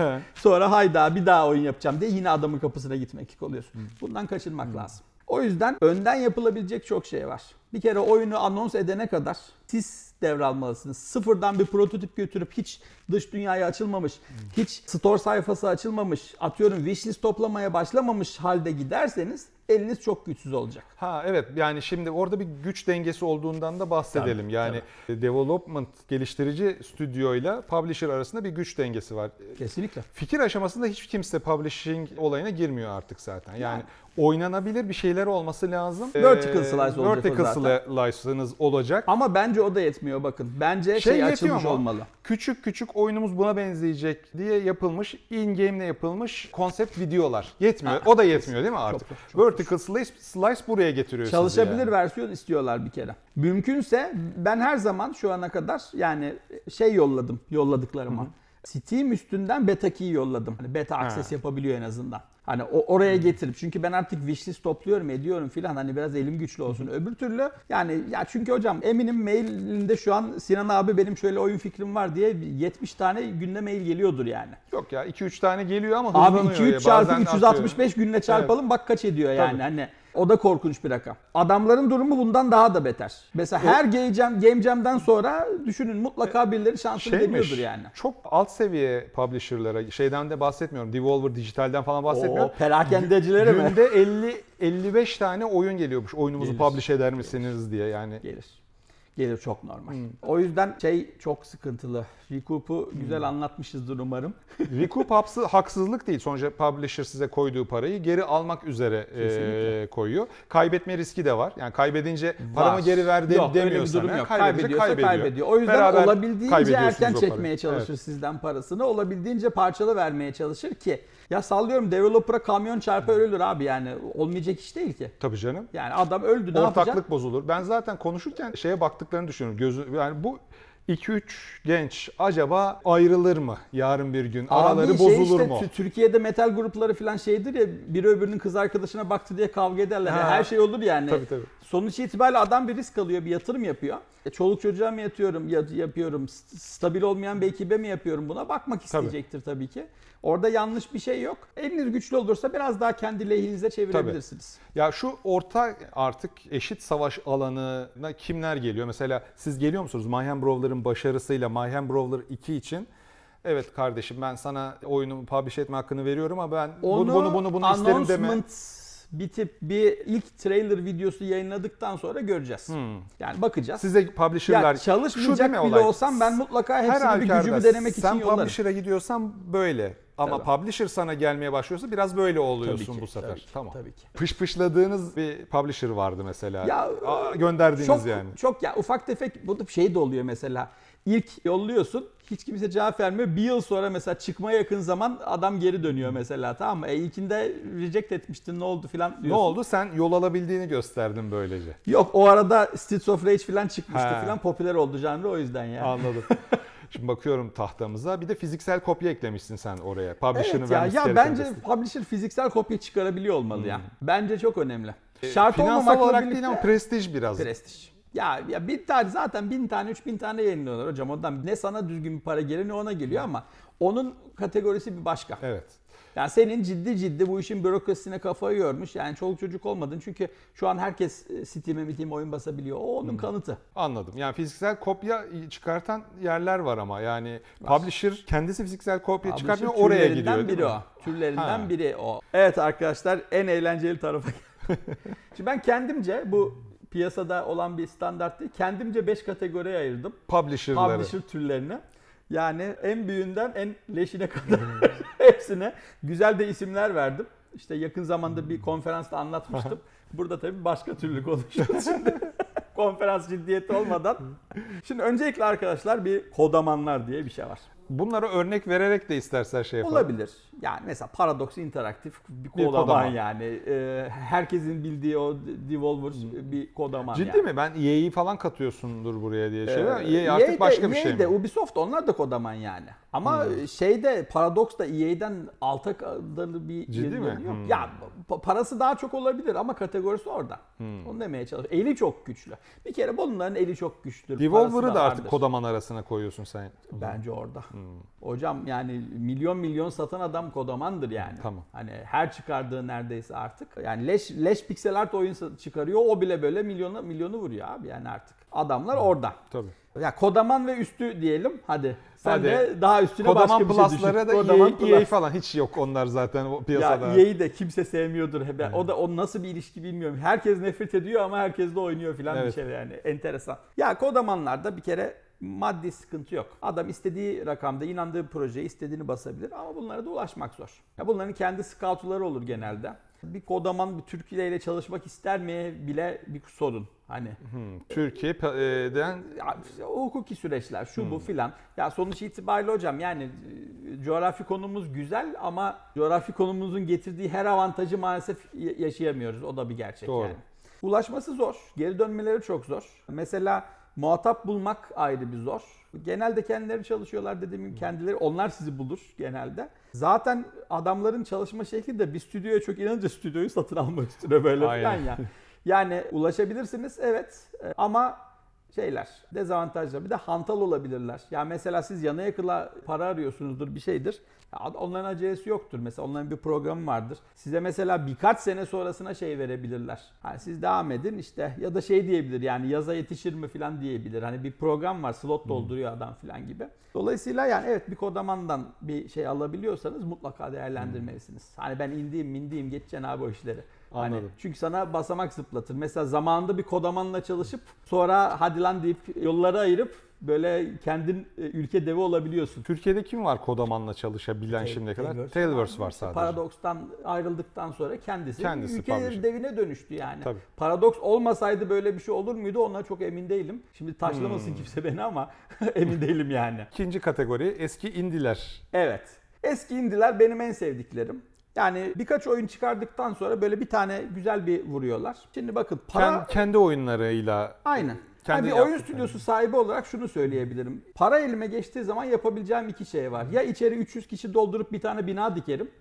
Sonra hayda bir daha oyun yapacağım diye yine adamın kapısına gitmek oluyorsun. Bundan kaçınmak lazım. O yüzden önden yapılabilecek çok şey var. Bir kere oyunu anons edene kadar siz devralmalısınız. Sıfırdan bir prototip götürüp hiç dış dünyaya açılmamış, hiç store sayfası açılmamış, atıyorum wishlist toplamaya başlamamış halde giderseniz eliniz çok güçsüz olacak. Ha evet, yani şimdi orada bir güç dengesi olduğundan da bahsedelim. Tabii, yani development geliştirici stüdyoyla publisher arasında bir güç dengesi var. Kesinlikle. Fikir aşamasında hiç kimse publishing olayına girmiyor artık zaten. Yani, yani oynanabilir bir şeyler olması lazım. Vertical slice olacak Vertical o zaten. slice'ınız olacak. Ama bence o da yetmiyor bakın. Bence şey, şey açılmış ama, olmalı. Küçük küçük oyunumuz buna benzeyecek diye yapılmış, in-game'le yapılmış konsept videolar. Yetmiyor. Ha, o da yetmiyor değil mi artık? Çok, çok Vertical slice, slice buraya getiriyor sizi. Çalışabilir yani. versiyon istiyorlar bir kere. Mümkünse ben her zaman şu ana kadar yani şey yolladım yolladıklarıma. Hı hı. Steam üstünden beta key yolladım. Hani beta access ha. yapabiliyor en azından. Hani o oraya getirip çünkü ben artık wishlist topluyorum ediyorum filan hani biraz elim güçlü olsun. Hı hı. Öbür türlü yani ya çünkü hocam eminim mailinde şu an Sinan abi benim şöyle oyun fikrim var diye yetmiş tane günde mail geliyordur yani. Yok ya iki üç tane geliyor ama hızlanıyor. Abi iki üç çarpı üç yüz altmış beş günle çarpalım evet. Bak kaç ediyor yani. Tabii. Hani o da korkunç bir rakam. Adamların durumu bundan daha da beter. Mesela her Game Jam, Game Jam'den sonra düşünün mutlaka birileri şansını Şeymiş, deniyordur yani. Çok alt seviye publisher'lara şeyden de bahsetmiyorum. Devolver Dijital'den falan bahsetmiyorum. O perakendecilere mi? Günde elli elli beş tane oyun geliyormuş. Oyunumuzu Gelir. publish eder misiniz diye yani. Gelir. Gelir çok normal. Hmm. O yüzden şey çok sıkıntılı. Recoup'u güzel hmm. anlatmışızdır umarım. Recoup haksızlık değil. Sonuçta publisher size koyduğu parayı geri almak üzere e, koyuyor. Kaybetme riski de var. Yani kaybedince paramı geri ver de, yok, demiyor öyle bir durum sana. Yok. Kaybediyorsa kaybediyor. kaybediyor. O yüzden Beraber olabildiğince erken çekmeye parayı. çalışır evet. sizden parasını. Olabildiğince parçalı vermeye çalışır ki ya sallıyorum developer'a kamyon çarpar ölür abi yani olmayacak iş değil ki. Tabii canım. Yani adam öldü ne Ortaklık yapacak? Ortaklık bozulur. Ben zaten konuşurken şeye baktıklarını düşünüyorum. Gözü yani bu iki üç genç acaba ayrılır mı yarın bir gün? Araları abi, şey bozulur işte, mu? Türkiye'de metal grupları falan şeydir ya biri öbürünün kız arkadaşına baktı diye kavga ederler. Ha. Her şey olur yani. Tabii, tabii. Sonuç itibariyle adam bir risk alıyor, bir yatırım yapıyor. E, çoluk çocuğa mı yatıyorum, yapıyorum, stabil olmayan bir ekibe mi yapıyorum buna bakmak isteyecektir tabii, tabii ki. Orada yanlış bir şey yok. Eliniz güçlü olursa biraz daha kendi lehinize çevirebilirsiniz. Tabii. Ya şu orta artık eşit savaş alanına kimler geliyor? Mesela siz geliyor musunuz Mayhem Brawler'ın başarısıyla Mayhem Brawler iki için? Evet kardeşim ben sana oyunu publish etme hakkını veriyorum ama ben Onu bunu bunu bunu, bunu isterim deme. Bitip bir ilk trailer videosu yayınladıktan sonra göreceğiz. Hmm. Yani bakacağız. Size publisher'lar ya çalışmayacak bile olay. olsam ben mutlaka hepsini bir gücümü denemek için yollarım. Sen publisher'a gidiyorsan böyle. Ama tabii. Publisher sana gelmeye başlıyorsa biraz böyle oluyorsun ki, bu sefer. Tabii ki, tamam. Tabii ki. Pışpışladığınız bir publisher vardı mesela. Ya, Aa, gönderdiğiniz çok, yani. Çok ya ufak tefek bu da şey de oluyor mesela. İlk yolluyorsun hiç kimse cevap vermiyor. Bir yıl sonra mesela çıkmaya yakın zaman adam geri dönüyor mesela tamam mı? E ilkinde reject etmiştin ne oldu filan diyorsun. Ne oldu? Sen yol alabildiğini gösterdin böylece. Yok o arada Streets of Rage filan çıkmıştı filan popüler oldu janrı o yüzden ya. Anladım. Şimdi bakıyorum tahtamıza. Bir de fiziksel kopya eklemişsin sen oraya. Publisher'ını evet ya, ya bence destek. Publisher fiziksel kopya çıkarabiliyor olmalı hmm. ya. Bence çok önemli. Şart e, finansal olarak birlikte, değil ama prestij biraz. Prestij. Ya, ya bin tane zaten bin tane üç bin tane yayınlıyorlar hocam. Ondan ne sana düzgün bir para geliyor ne ona geliyor ama onun kategorisi bir başka. Evet. Yani senin ciddi ciddi bu işin bürokrasisine kafayı yormuş. Yani çoluk çocuk olmadın. Çünkü şu an herkes Steam'e Steam oyun basabiliyor. O onun hmm. kanıtı. Anladım. Yani fiziksel kopya çıkartan yerler var ama yani var. Publisher kendisi fiziksel kopya publisher çıkartmıyor oraya gidiyor. Biri o. Türlerinden ha. biri o. Evet arkadaşlar en eğlenceli tarafa. Şimdi ben kendimce bu piyasada olan bir standart değil. Kendimce beş kategoriye ayırdım. Publisher'ları. Publisher türlerini. Yani en büyüğünden en leşine kadar hepsine güzel de isimler verdim. İşte yakın zamanda bir konferansta anlatmıştım. Burada tabii başka türlü konuşuyoruz şimdi. Konferans ciddiyeti olmadan. Şimdi öncelikle arkadaşlar bir kodamanlar diye bir şey var. Bunlara örnek vererek de istersen şey yapalım. Olabilir. Yani mesela Paradox interaktif bir kodaman, kodaman. yani. Ee, herkesin bildiği o Devolver bir kodaman. Ciddi yani. mi? Ben E A'yı falan katıyorsundur buraya diye şey var. Ee, E A artık E A'de- başka bir şey E A'de, mi? Ubisoft onlar da kodaman yani. Ama şeyde Paradox da E A'den alta kaldığı bir Ciddi yönü mi? yok. Hmm. Ya pa- parası daha çok olabilir ama kategorisi orada. Hmm. Onu demeye çalışıyorum. Eli çok güçlü. Bir kere bunların eli çok güçlüdür. Devolver'ı parası da artık vardır. kodaman arasına koyuyorsun sen. Bence orada. Hmm. Hocam yani milyon milyon satan adam kodamandır yani. Tamam. Hani her çıkardığı neredeyse artık. Yani leş leş piksel art oyun sa- çıkarıyor. O bile böyle milyonu milyonu vuruyor abi yani artık. Adamlar orada. Tabii. Ya kodaman ve üstü diyelim. Hadi. Sen Hadi. de daha üstüne Kodaman başka bir şey düşün. Plus'lara da Kodaman E A, Plus. E A falan hiç yok onlar zaten o piyasada. Ya E A'yi de kimse sevmiyordur. Ben- O da o nasıl bir ilişki bilmiyorum. Herkes nefret ediyor ama herkes de oynuyor falan Evet. bir şey yani. Enteresan. Ya kodamanlarda bir kere maddi sıkıntı yok. Adam istediği rakamda inandığı projeye istediğini basabilir ama bunlara da ulaşmak zor. Ya bunların kendi scoutları olur genelde. Bir kodaman bir Türkiye ile çalışmak ister mi bile bir sorun. Hani Hmm. Türkiye'den ya, o hukuki süreçler şu Hmm. bu filan. Ya sonuç itibariyle hocam yani e, coğrafi konumuz güzel ama coğrafi konumuzun getirdiği her avantajı maalesef y- yaşayamıyoruz. O da bir gerçek Doğru. yani. Ulaşması zor. Geri dönmeleri çok zor. Mesela muhatap bulmak ayrı bir zor. Genelde kendileri çalışıyorlar dediğim gibi kendileri. Onlar sizi bulur genelde. Zaten adamların çalışma şekli de bir stüdyoya çok inanınca stüdyoyu satın alma üstüne böyle Aynen. falan ya. Yani ulaşabilirsiniz evet e, ama şeyler dezavantajlı. Bir de hantal olabilirler. Yani mesela siz yana yakıla para arıyorsunuzdur bir şeydir. Ya onların acelesi yoktur. Mesela onların bir programı vardır. Size mesela birkaç sene sonrasına şey verebilirler. Hani siz devam edin işte ya da şey diyebilir yani yaza yetişir mi falan diyebilir. Hani bir program var slot dolduruyor adam falan gibi. Dolayısıyla yani evet bir kodamandan bir şey alabiliyorsanız mutlaka değerlendirmelisiniz. Hani ben indiğim mindiğim geçeceksin abi o işleri. Hani Anladım. çünkü sana basamak zıplatır. Mesela zamanında bir kodamanla çalışıp sonra hadi lan deyip yolları ayırıp böyle kendin e, ülke devi olabiliyorsun. Türkiye'de kim var kodamanla çalışabilen şimdiye kadar? Tailverse Tailverse var İşte sadece. Paradox'tan ayrıldıktan sonra kendisi, Kendisi ülke publisher. devine dönüştü yani. Tabii. Paradox olmasaydı böyle bir şey olur muydu ona çok emin değilim. Şimdi taşlamasın Hmm. kimse beni ama emin değilim yani. İkinci kategori eski indiler. Evet. Eski indiler benim en sevdiklerim. Yani birkaç oyun çıkardıktan sonra böyle bir tane güzel bir vuruyorlar. Şimdi bakın para... Ken- kendi oyunlarıyla Aynen. Kendi Yani bir oyun yaptıkları. stüdyosu sahibi olarak şunu söyleyebilirim. Para elime geçtiği zaman yapabileceğim iki şey var. Ya içeri üç yüz kişi doldurup bir tane bina dikerim.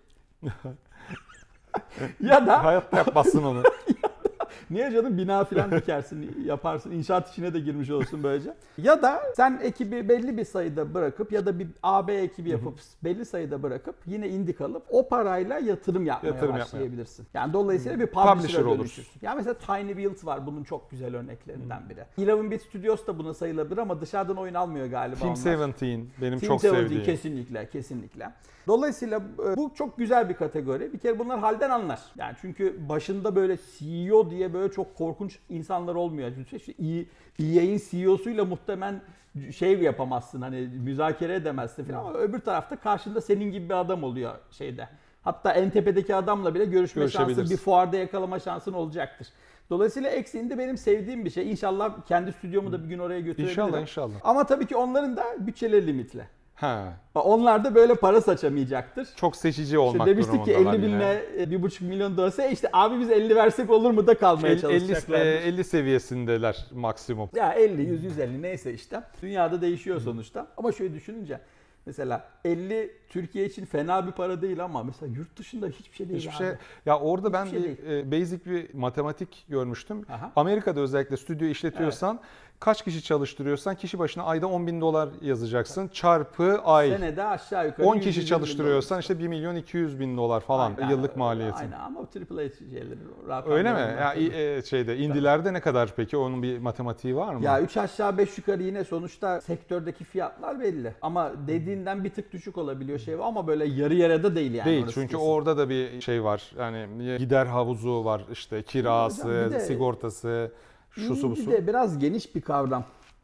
ya da hayatta yapmazsın onu. niye canım bina falan dikersin, yaparsın, inşaat işine de girmiş olsun böylece. Ya da sen ekibi belli bir sayıda bırakıp ya da bir A B ekibi yapıp belli sayıda bırakıp yine indik alıp o parayla yatırım yapmaya Yatırım başlayabilirsin. Yani dolayısıyla bir Publisher publisher'a olursun. dönüşürsün. Yani mesela Tiny Build var bunun çok güzel örneklerinden biri. Eleven Bit Studios da buna sayılabilir ama dışarıdan oyun almıyor galiba Team onlar. on yedi benim Team çok on yedi sevdiğim. kesinlikle, kesinlikle. Dolayısıyla e, bu çok güzel bir kategori. Bir kere bunlar halden anlar. Yani çünkü başında böyle C E O diye böyle çok korkunç insanlar olmuyor. İşte E A'in C E O'suyla muhtemelen şey yapamazsın hani müzakere edemezsin falan ama öbür tarafta karşında senin gibi bir adam oluyor şeyde. Hatta en tepedeki adamla bile görüşme şansın, Görüşebilirsin. bir fuarda yakalama şansın olacaktır. Dolayısıyla Exe'in de benim sevdiğim bir şey. İnşallah kendi stüdyomu da bir gün oraya götürebilirim. İnşallah inşallah. Ama tabii ki onların da bütçeleri limitli. Ha. Onlar da böyle para saçamayacaktır. Çok seçici İşte olmak demiştik ki durumundalar elli yine. binle bir buçuk milyon dönse işte abi biz elli versek olur mu da kalmaya El- elli, çalışacaklar. e, elli seviyesindeler maksimum. Ya elli, yüz, yüz elli neyse işte. Dünyada değişiyor sonuçta. Ama şöyle düşününce mesela elli Türkiye için fena bir para değil ama mesela yurt dışında hiçbir şey değil Hiçbir abi. şey. Ya orada ben Hiçbir şey bir e, basic bir matematik görmüştüm. Aha. Amerika'da özellikle stüdyo işletiyorsan kaç kişi çalıştırıyorsan kişi başına ayda on bin dolar yazacaksın çarpı ay. Senede aşağı yukarı on yüz, kişi yüz bin çalıştırıyorsan dolar. işte bir milyon iki yüz bin dolar falan Aynen, yıllık maliyeti. Aynen ama Triple A şeyleri. Öyle mi? rakamları Ya tabii. e, şeyde indilerde ne kadar peki? Onun bir matematiği var mı? Ya üç aşağı beş yukarı yine sonuçta sektördeki fiyatlar belli. Ama dediğinden bir tık düşük olabiliyor şey var ama böyle yarı yarıda değil yani. Değil orası çünkü kesin. orada da bir şey var. Yani gider havuzu var işte kirası, Hocam bir de- sigortası, şusu İyi busu. bir de biraz geniş bir kavram.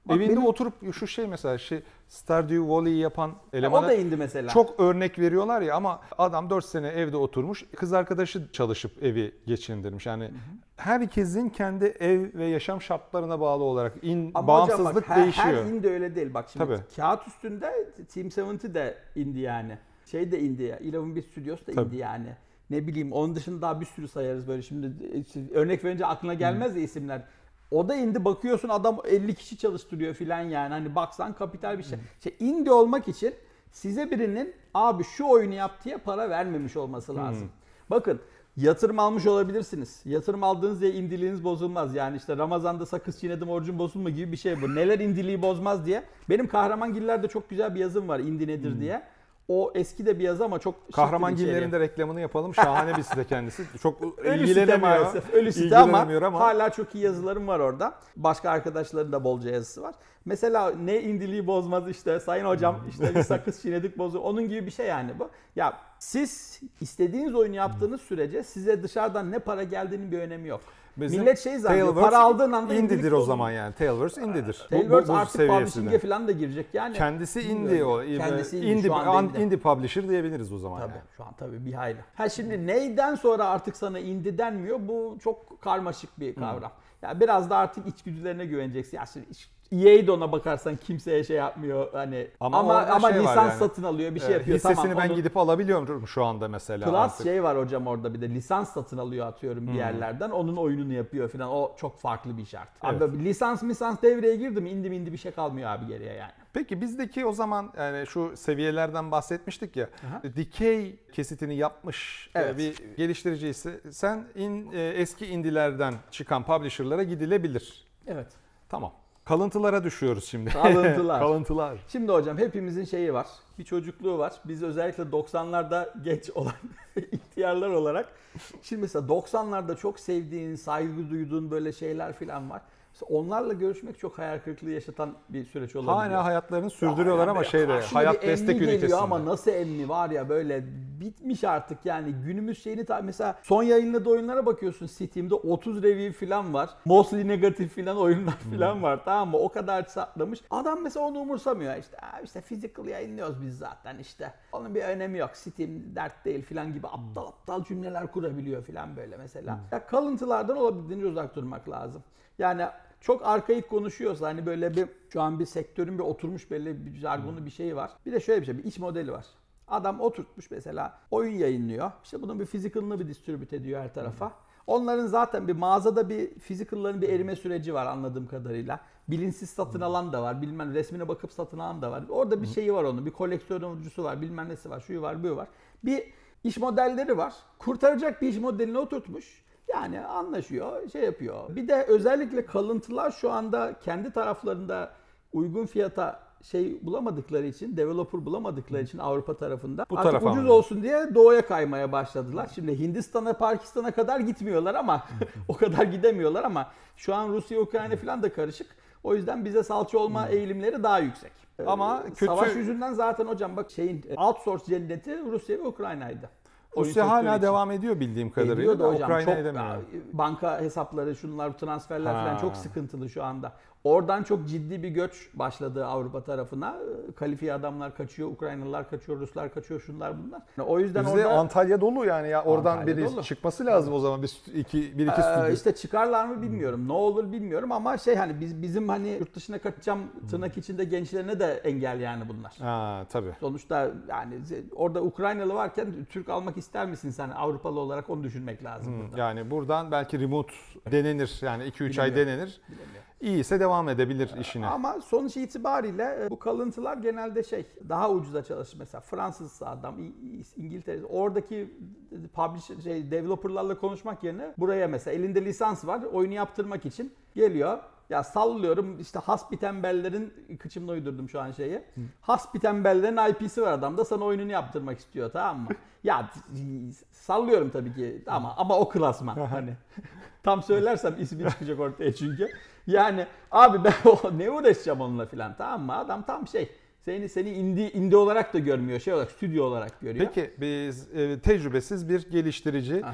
Bak Evinde benim- oturup şu şey mesela şey Stardew Valley'i yapan o elemana da indi mesela. çok örnek veriyorlar ya ama adam dört sene evde oturmuş. Kız arkadaşı çalışıp evi geçindirmiş. Yani herkesin kendi ev ve yaşam şartlarına bağlı olarak in, Ama bağımsızlık hocam bak, her, değişiyor. her indi öyle değil. Bak şimdi Tabii. kağıt üstünde Team yetmiş de indi yani. Şey de indi ya. Eleven Bit Studios da Tabii. indi yani. Ne bileyim onun dışında daha bir sürü sayarız böyle şimdi örnek verince aklına gelmez de isimler. O da indi bakıyorsun adam elli kişi çalıştırıyor filan yani. Hani baksan kapital bir şey. şey. Indie olmak için size birinin abi şu oyunu yap diye para vermemiş olması lazım. Bakın yatırım almış olabilirsiniz. Yatırım aldığınız diye indiliğiniz bozulmaz. Yani işte Ramazan'da sakız çiğnedim orucum bozulma gibi bir şey bu. Neler indiliği bozmaz diye. Benim Kahramangillerde çok güzel bir yazım var indi nedir diye. O eski de bir yazı ama çok şık bir Kahramangillerin içeriği. de reklamını yapalım. Şahane bir site kendisi. Çok Ölü site ilgilenemiyor. maalesef. Ölü site ama, ilgilenemiyor ama hala çok iyi yazılarım var orada. Başka arkadaşların da bolca yazısı var. Mesela ne indiliği bozmaz işte sayın hocam işte bir sakız çiğnedik bozu. Onun gibi bir şey yani bu. Ya siz istediğiniz oyunu yaptığınız sürece size dışarıdan ne para geldiğinin bir önemi yok. Bizim Millet şey zannediyor. Tailverse Para aldığın anda indidir indilik o bozulur. zaman yani. Tailverse indidir. Bu- bu- Tailverse bu artık seviyesinde. publishing'e falan da girecek yani. Kendisi indie Bilmiyorum o. ya. Kendisi indie, indie, şu anda an- indie. indie publisher diyebiliriz o zaman Tabii yani. şu an tabii bir hayli. Ha şimdi neyden sonra artık sana indie denmiyor? Bu çok karmaşık bir kavram. Ya biraz da artık içgüdülerine güveneceksin. Ya şimdi E A de ona bakarsan kimseye şey yapmıyor hani Ama ama orada ama, şey var lisans yani. satın alıyor bir şey Evet, yapıyor hissesini tamam. ben onu- gidip alabiliyorum şu anda mesela. Plus artık. şey var hocam orada bir de lisans satın alıyor atıyorum bir yerlerden. Onun oyununu yapıyor falan. O çok farklı bir şart. Evet. Abi lisans misans devreye girdi mi indi mi indi bir şey kalmıyor abi geriye yani. Peki bizdeki o zaman yani şu seviyelerden bahsetmiştik ya. Aha. Dikey kesitini yapmış e, Evet. bir geliştirici ise sen in, e, eski indilerden çıkan publisher'lara gidilebilir. Evet. Tamam. Kalıntılara düşüyoruz şimdi. Kalıntılar. Kalıntılar. Şimdi hocam hepimizin şeyi var. Bir çocukluğu var. Biz özellikle doksanlarda geç olan ihtiyarlar olarak. Şimdi mesela doksanlarda çok sevdiğin, saygı duyduğun böyle şeyler falan var. Mesela onlarla görüşmek çok hayal kırıklığı yaşatan bir süreç olabiliyor. Hala hayatlarını sürdürüyorlar Aa, ama böyle şeyde karşına hayat bir destek emmi geliyor ünitesinde. ama nasıl emmi var ya böyle bitmiş artık yani günümüz şeyini ta- mesela son yayınladığı oyunlara bakıyorsun Steam'de otuz review falan var. Mostly negatif falan oyunlar falan var tamam mı? O kadar satlamış. Adam mesela onu umursamıyor işte. Aa, işte physical yayınlıyoruz biz zaten işte. Onun bir önemi yok. Steam dert değil falan gibi aptal aptal cümleler kurabiliyor falan böyle mesela. Ya kalıntılardan olabildiğince uzak durmak lazım. Yani çok arkaik konuşuyorsa hani böyle bir şu an bir sektörün bir oturmuş belli bir jargonu bir şey var. Bir de şöyle bir şey bir iş modeli var. Adam oturtmuş mesela oyun yayınlıyor. İşte bunun bir physical'ını bir distribüte ediyor her tarafa. Onların zaten bir mağazada bir physical'ların bir erime süreci var anladığım kadarıyla. Bilinçsiz satın alan da var. Bilmem resmine bakıp satın alan da var. Orada bir şeyi var onun. Bir koleksiyoncusu var. Bilmem nesi var. Şuyu var, bu var. Bir iş modelleri var. Kurtaracak bir iş modelini oturtmuş. Yani anlaşıyor, şey yapıyor. Bir de özellikle kalıntılar şu anda kendi taraflarında uygun fiyata şey bulamadıkları için, developer bulamadıkları için Avrupa tarafında Bu artık tarafa ucuz mı? olsun diye doğuya kaymaya başladılar. Şimdi Hindistan'a, Pakistan'a kadar gitmiyorlar ama o kadar gidemiyorlar ama şu an Rusya, Ukrayna falan da karışık. O yüzden bize salça olma eğilimleri daha yüksek. Ama Ee, kötü- Savaş yüzünden zaten hocam bak şeyin outsource cenneti Rusya ve Ukrayna'ydı. Oyun Rusya sektörü hala için. devam ediyor bildiğim kadarıyla. Ediyor da da hocam Ukrayna çok edemiyor. banka hesapları şunlar transferler Ha. falan çok sıkıntılı şu anda. Oradan çok ciddi bir göç başladı Avrupa tarafına. Kalifiye adamlar kaçıyor, Ukraynalılar kaçıyor, Ruslar kaçıyor, şunlar bunlar. Yani o yüzden Bizde orada Antalya dolu yani ya oradan Antalya biri dolu. çıkması lazım o zaman bir iki bir iki Ee, stüdyo. işte çıkarlar mı bilmiyorum. Ne olur bilmiyorum ama şey hani biz bizim hani yurt dışına kaçacağım tırnak içinde gençlerine de engel yani bunlar. Ha tabii. Sonuçta yani orada Ukraynalı varken Türk almak ister misin sen Avrupalı olarak onu düşünmek lazım burada. Yani buradan belki remote denenir yani iki üç ay Bilemiyorum. denenir. Bilemiyorum. İyiyse devam edebilir işine. Ama sonuç itibariyle e, bu kalıntılar genelde şey daha ucuza çalışır. Mesela Fransızsa adam, İ- İ- İngiltere oradaki publisher şey developerlarla konuşmak yerine buraya mesela elinde lisans var oyunu yaptırmak için geliyor. Ya sallıyorum işte hasbi tembellerin kıçımda uydurdum şu an şeyi. Hasbi tembellerin I P'si var adamda sana oyununu yaptırmak istiyor tamam mı? Ya sallıyorum tabii ki ama ama o klasman hani. Tam söylersem ismi çıkacak ortaya çünkü. Yani abi ben o ne uğraşacağım onunla filan tamam mı? Adam tam şey seni seni indie indie olarak da görmüyor şey olarak stüdyo olarak görüyor. Peki biz e, tecrübesiz bir geliştirici Aha.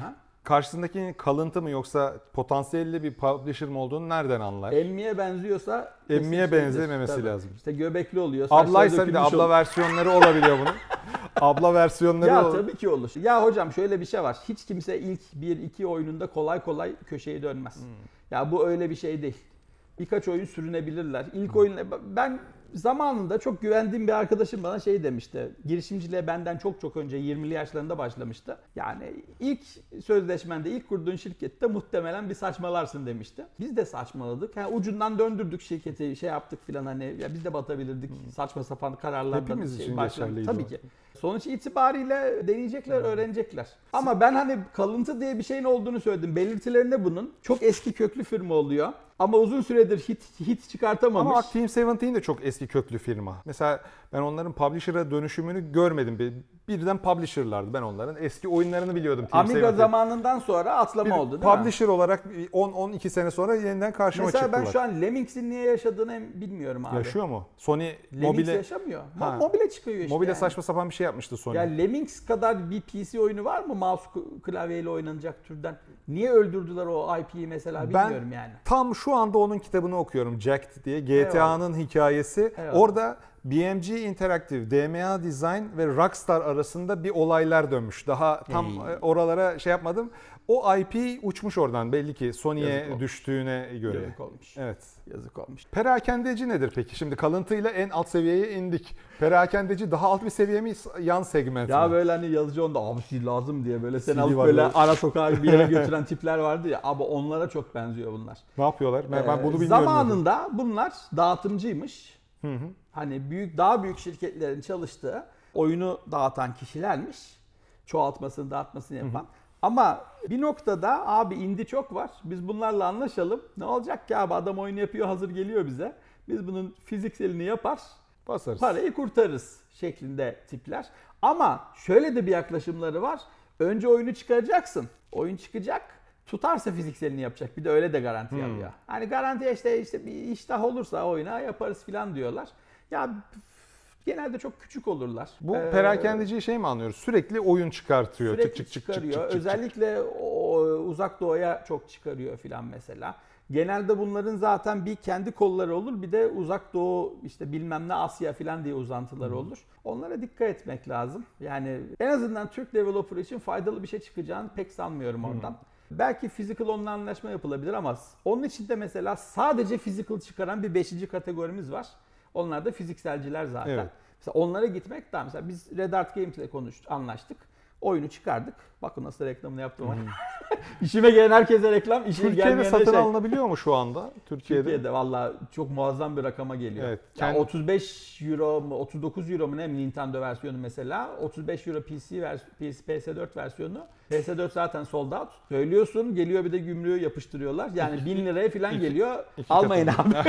karşısındaki kalıntı mı yoksa potansiyelli bir publisher mı olduğunu nereden anlar? Emmiye benziyorsa Emmiye kesin benzememesi şeydir. lazım. İşte göbekli oluyor. saçları Ablaysa bir de dökülmüş abla olur. versiyonları olabiliyor bunun. Abla versiyonları Ya ol- tabii ki olur. Ya hocam şöyle bir şey var. Hiç kimse ilk bir iki oyununda kolay kolay köşeyi dönmez. Hmm. Ya bu öyle bir şey değil. Birkaç oyun sürünebilirler. İlk oyun ben zamanında çok güvendiğim bir arkadaşım bana şey demişti. Girişimciliğe benden çok çok önce yirmili yaşlarında başlamıştı. Yani ilk sözleşmende, ilk kurduğun şirkette muhtemelen bir saçmalarsın demişti. Biz de saçmaladık. Yani ucundan döndürdük şirketi, şey yaptık filan hani ya biz de batabilirdik. Saçma sapan kararlardan Hepimiz şey için başladık. geçerliydi Tabii o. ki. Sonuç itibariyle deneyecekler, öğrenecekler. Ama ben hani kalıntı diye bir şeyin olduğunu söyledim. Belirtileri ne bunun? Çok eski köklü firma oluyor. Ama uzun süredir hit hit çıkartamamış. Ama bak Team seventeen de çok eski köklü firma. Mesela ben onların publisher'a dönüşümünü görmedim. Bir- Birden publisher'lardı. Ben onların eski oyunlarını biliyordum. Team Amiga seventeen. zamanından sonra atlama Bir oldu değil mi? publisher olarak on on iki sene sonra yeniden karşıma Mesela çıktılar. ben şu an Lemmix'in niye yaşadığını hem bilmiyorum abi. Yaşıyor mu? Sony Lemmix mobile yaşamıyor. Mo- Ha. Mobile çıkıyor işte. mobile yani. saçma sapan bir şey yapmıştı Sony. Ya Lemmix kadar bir P C oyunu var mı mouse k- klavyeyle oynanacak türden? Niye öldürdüler o I P'yi mesela bilmiyorum ben yani. tam şu anda onun kitabını okuyorum. Jacked diye. G T A'nın hikayesi. Eyvallah. Orada B M G Interactive, D M A Design ve Rockstar arasında bir olaylar dönmüş. Daha tam Hey. oralara şey yapmadım. O I P uçmuş oradan belli ki Yazık Sony'ye olmuş. düştüğüne göre. Yazık olmuş. Evet. Yazık olmuş. Perakendeci nedir peki? Şimdi kalıntıyla en alt seviyeye indik. Perakendeci daha alt bir seviye mi, yan segment Ya mi? böyle hani yazıcı onda abi sil lazım diye böyle seni C D alıp var böyle böyle. ara sokağa bir yere götüren tipler vardı ya. Abi onlara çok benziyor bunlar. Ne yapıyorlar? Ben, ben Ee, bunu bilmiyorum. Zamanında bunlar dağıtımcıymış. Hı hı. Hani büyük daha büyük şirketlerin çalıştığı oyunu dağıtan kişilermiş. Çoğaltmasını, dağıtmasını yapan. Ama bir noktada abi indi çok var. Biz bunlarla anlaşalım. Ne olacak ki abi adam oyunu yapıyor hazır geliyor bize. Biz bunun fizikselini yapar. Basarız. Parayı kurtarırız şeklinde tipler. Ama şöyle de bir yaklaşımları var. Önce oyunu çıkaracaksın. Oyun çıkacak. Tutarsa fizikselini yapacak. Bir de öyle de garanti Hmm. alıyor. Hani garanti işte işte bir iştah olursa oyuna yaparız filan diyorlar. Ya genelde çok küçük olurlar. Bu Ee, perakendeciyi şey mi anlıyoruz? Sürekli oyun çıkartıyor. Sürekli çık çık çık çıkarıyor. çık çık çık. Özellikle o uzak doğuya çok çıkarıyor filan mesela. Genelde bunların zaten bir kendi kolları olur, bir de uzak doğu işte bilmem ne Asya filan diye uzantıları olur. Onlara dikkat etmek lazım. Yani en azından Türk developer için faydalı bir şey çıkacağını pek sanmıyorum oradan. Belki physical onunla anlaşma yapılabilir ama onun için de mesela sadece physical çıkaran bir beşinci kategorimiz var. Onlar da fizikselciler zaten. Evet. Mesela onlara gitmek daha mesela biz Red Art Games'le konuştuk, anlaştık. Oyunu çıkardık. Bakın nasıl reklamını yaptım. İşime gelen herkese reklam, işime Türkiye'de gelmeyene satın şey. alınabiliyor mu şu anda? Türkiye'de. Türkiye'de valla çok muazzam bir rakama geliyor. Evet, Ya kendi- otuz beş euro mu otuz dokuz euro mu ne Nintendo versiyonu mesela. otuz beş euro P C vers P S dört versiyonu. P S dört zaten sold out. Söylüyorsun geliyor bir de gümrüğü yapıştırıyorlar. Yani bin liraya falan geliyor. iki Almayın katı. abi.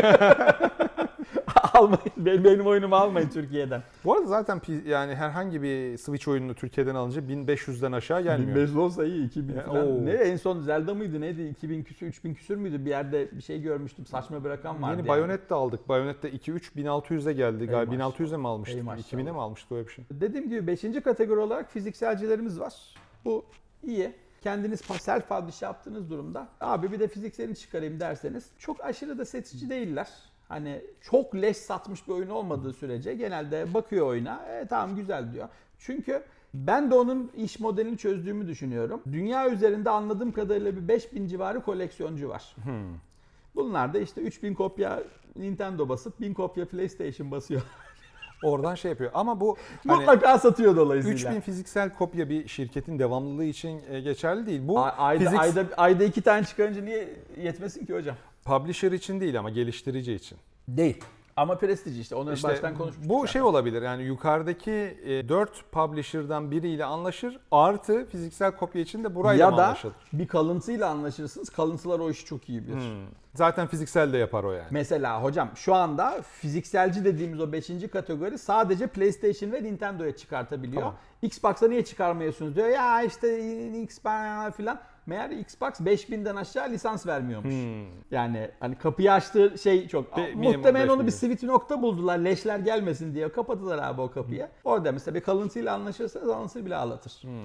Almayın. Benim, benim oyunumu almayın Türkiye'den. Bu arada zaten P- yani herhangi bir Switch oyununu Türkiye'den alınca bin beş yüzden aşağı gelmiyor. bin beş yüz olsa iyi iki bin Ya, falan. oo. Ne en son Zelda mıydı neydi? iki bin küsür üç bin küsür müydü? Bir yerde bir şey görmüştüm. Saçma bir rakam vardı. Yeni yani. Bayonetta aldık. Bayonetta iki üç bin altı yüze geldi galiba. bin altı yüze mi Ey almıştık? maşallah. iki bine mi almıştık öyle bir şey? Dediğim gibi beşinci kategori olarak fizikselcilerimiz var. Bu iyi. Kendiniz self publish yaptığınız durumda abi bir de fizikselini çıkarayım derseniz çok aşırı da seçici değiller. Hani çok leş satmış bir oyun olmadığı sürece genelde bakıyor oyuna. E, tamam güzel diyor. Çünkü ben de onun iş modelini çözdüğümü düşünüyorum. Dünya üzerinde anladığım kadarıyla bir beş bin civarı koleksiyoncu var. Hmm. Bunlar da işte üç bin kopya Nintendo basıp bin kopya PlayStation basıyor. Oradan şey yapıyor. Ama bu hani Mutlaka satıyor dolayısıyla. üç bin fiziksel kopya bir şirketin devamlılığı için e, geçerli değil. Bu A- Ayda, fizik ayda, ayda iki tane çıkarınca niye yetmesin ki hocam? publisher için değil ama geliştirici için. Değil. Ama prestij işte. Onu İşte baştan konuşmuştuk. bu zaten. şey olabilir yani yukarıdaki e, dört publisher'dan biriyle anlaşır artı fiziksel kopya için de burayla ya mı da anlaşılır? bir kalıntıyla anlaşırsınız. Kalıntılar o işi çok iyi bilir. Hmm. Zaten fiziksel de yapar o yani. Mesela hocam şu anda fizikselci dediğimiz o beşinci kategori sadece PlayStation ve Nintendo'ya çıkartabiliyor. Tamam. Xbox'a niye çıkarmıyorsunuz diyor. Ya işte Xbox falan. Meğer Xbox beş binden aşağı lisans vermiyormuş. Hmm. Yani hani kapıyı açtığı şey çok. Be- minimum Muhtemelen beş onu bir milyon. sweet nokta buldular. Leşler gelmesin diye kapattılar abi o kapıyı. Orada mesela bir kalıntıyla anlaşırsanız anlatır bile ağlatır. Hmm.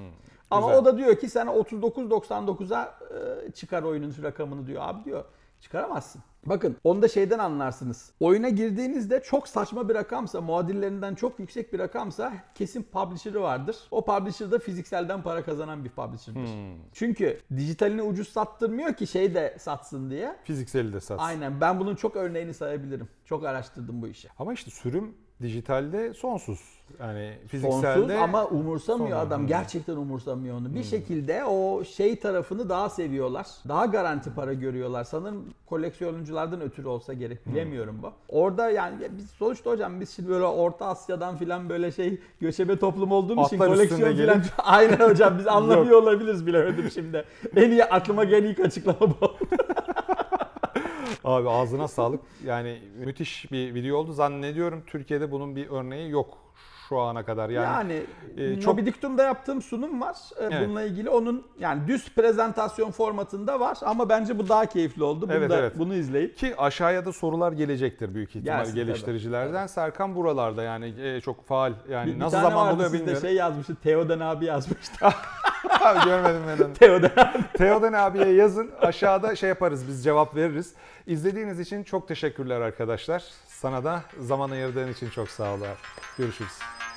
Ama Güzel. o da diyor ki sana otuz dokuz doksan dokuza e, çıkar oyunun rakamını diyor. Abi diyor çıkaramazsın. Bakın onu da şeyden anlarsınız. Oyuna girdiğinizde çok saçma bir rakamsa, muadillerinden çok yüksek bir rakamsa kesin publisher'ı vardır. O publisher da fizikselden para kazanan bir publisher'dır. Hmm. Çünkü dijitalini ucuz sattırmıyor ki şey de satsın diye. Fizikseli de satsın. Aynen, ben bunun çok örneğini sayabilirim. Çok araştırdım bu işi. Ama işte sürüm dijitalde sonsuz. Yani fizikselde Sonsuz ama umursamıyor son- adam. Hmm. Gerçekten umursamıyor onu. Bir şekilde o şey tarafını daha seviyorlar. Daha garanti para görüyorlar. Sanırım koleksiyonculardan ötürü olsa gerek. Bilemiyorum bu. Orada yani biz sonuçta hocam biz şimdi böyle Orta Asya'dan filan böyle şey göçebe toplum olduğum için Atlar koleksiyon üstünde filan. gelip- Aynen hocam biz anlamıyor olabiliriz, bilemedim şimdi. En iyi aklıma gelen ilk açıklama bu. Abi ağzına sağlık. Yani müthiş bir video oldu. Zannediyorum Türkiye'de bunun bir örneği yok şu ana kadar. Yani, Yani, e, çok... çok- Moby Dictum'da yaptığım sunum var. Ee, Evet. Bununla ilgili onun yani düz prezentasyon formatında var ama bence bu daha keyifli oldu. Bunu Evet, da evet. bunu izleyip Ki aşağıya da sorular gelecektir büyük ihtimal Gelsin, geliştiricilerden. Serkan buralarda yani e, çok faal. Yani bir, bir nasıl tane zaman vardı buluyor sizde bilmiyorum. şey yazmıştı. Teoden abi yazmıştı. Abi görmedim ben onu. Teoden abi. Teoden abiye yazın. Aşağıda şey yaparız, biz cevap veririz. İzlediğiniz için çok teşekkürler arkadaşlar. Sana da zaman ayırdığın için çok sağ ol abi. Görüşürüz.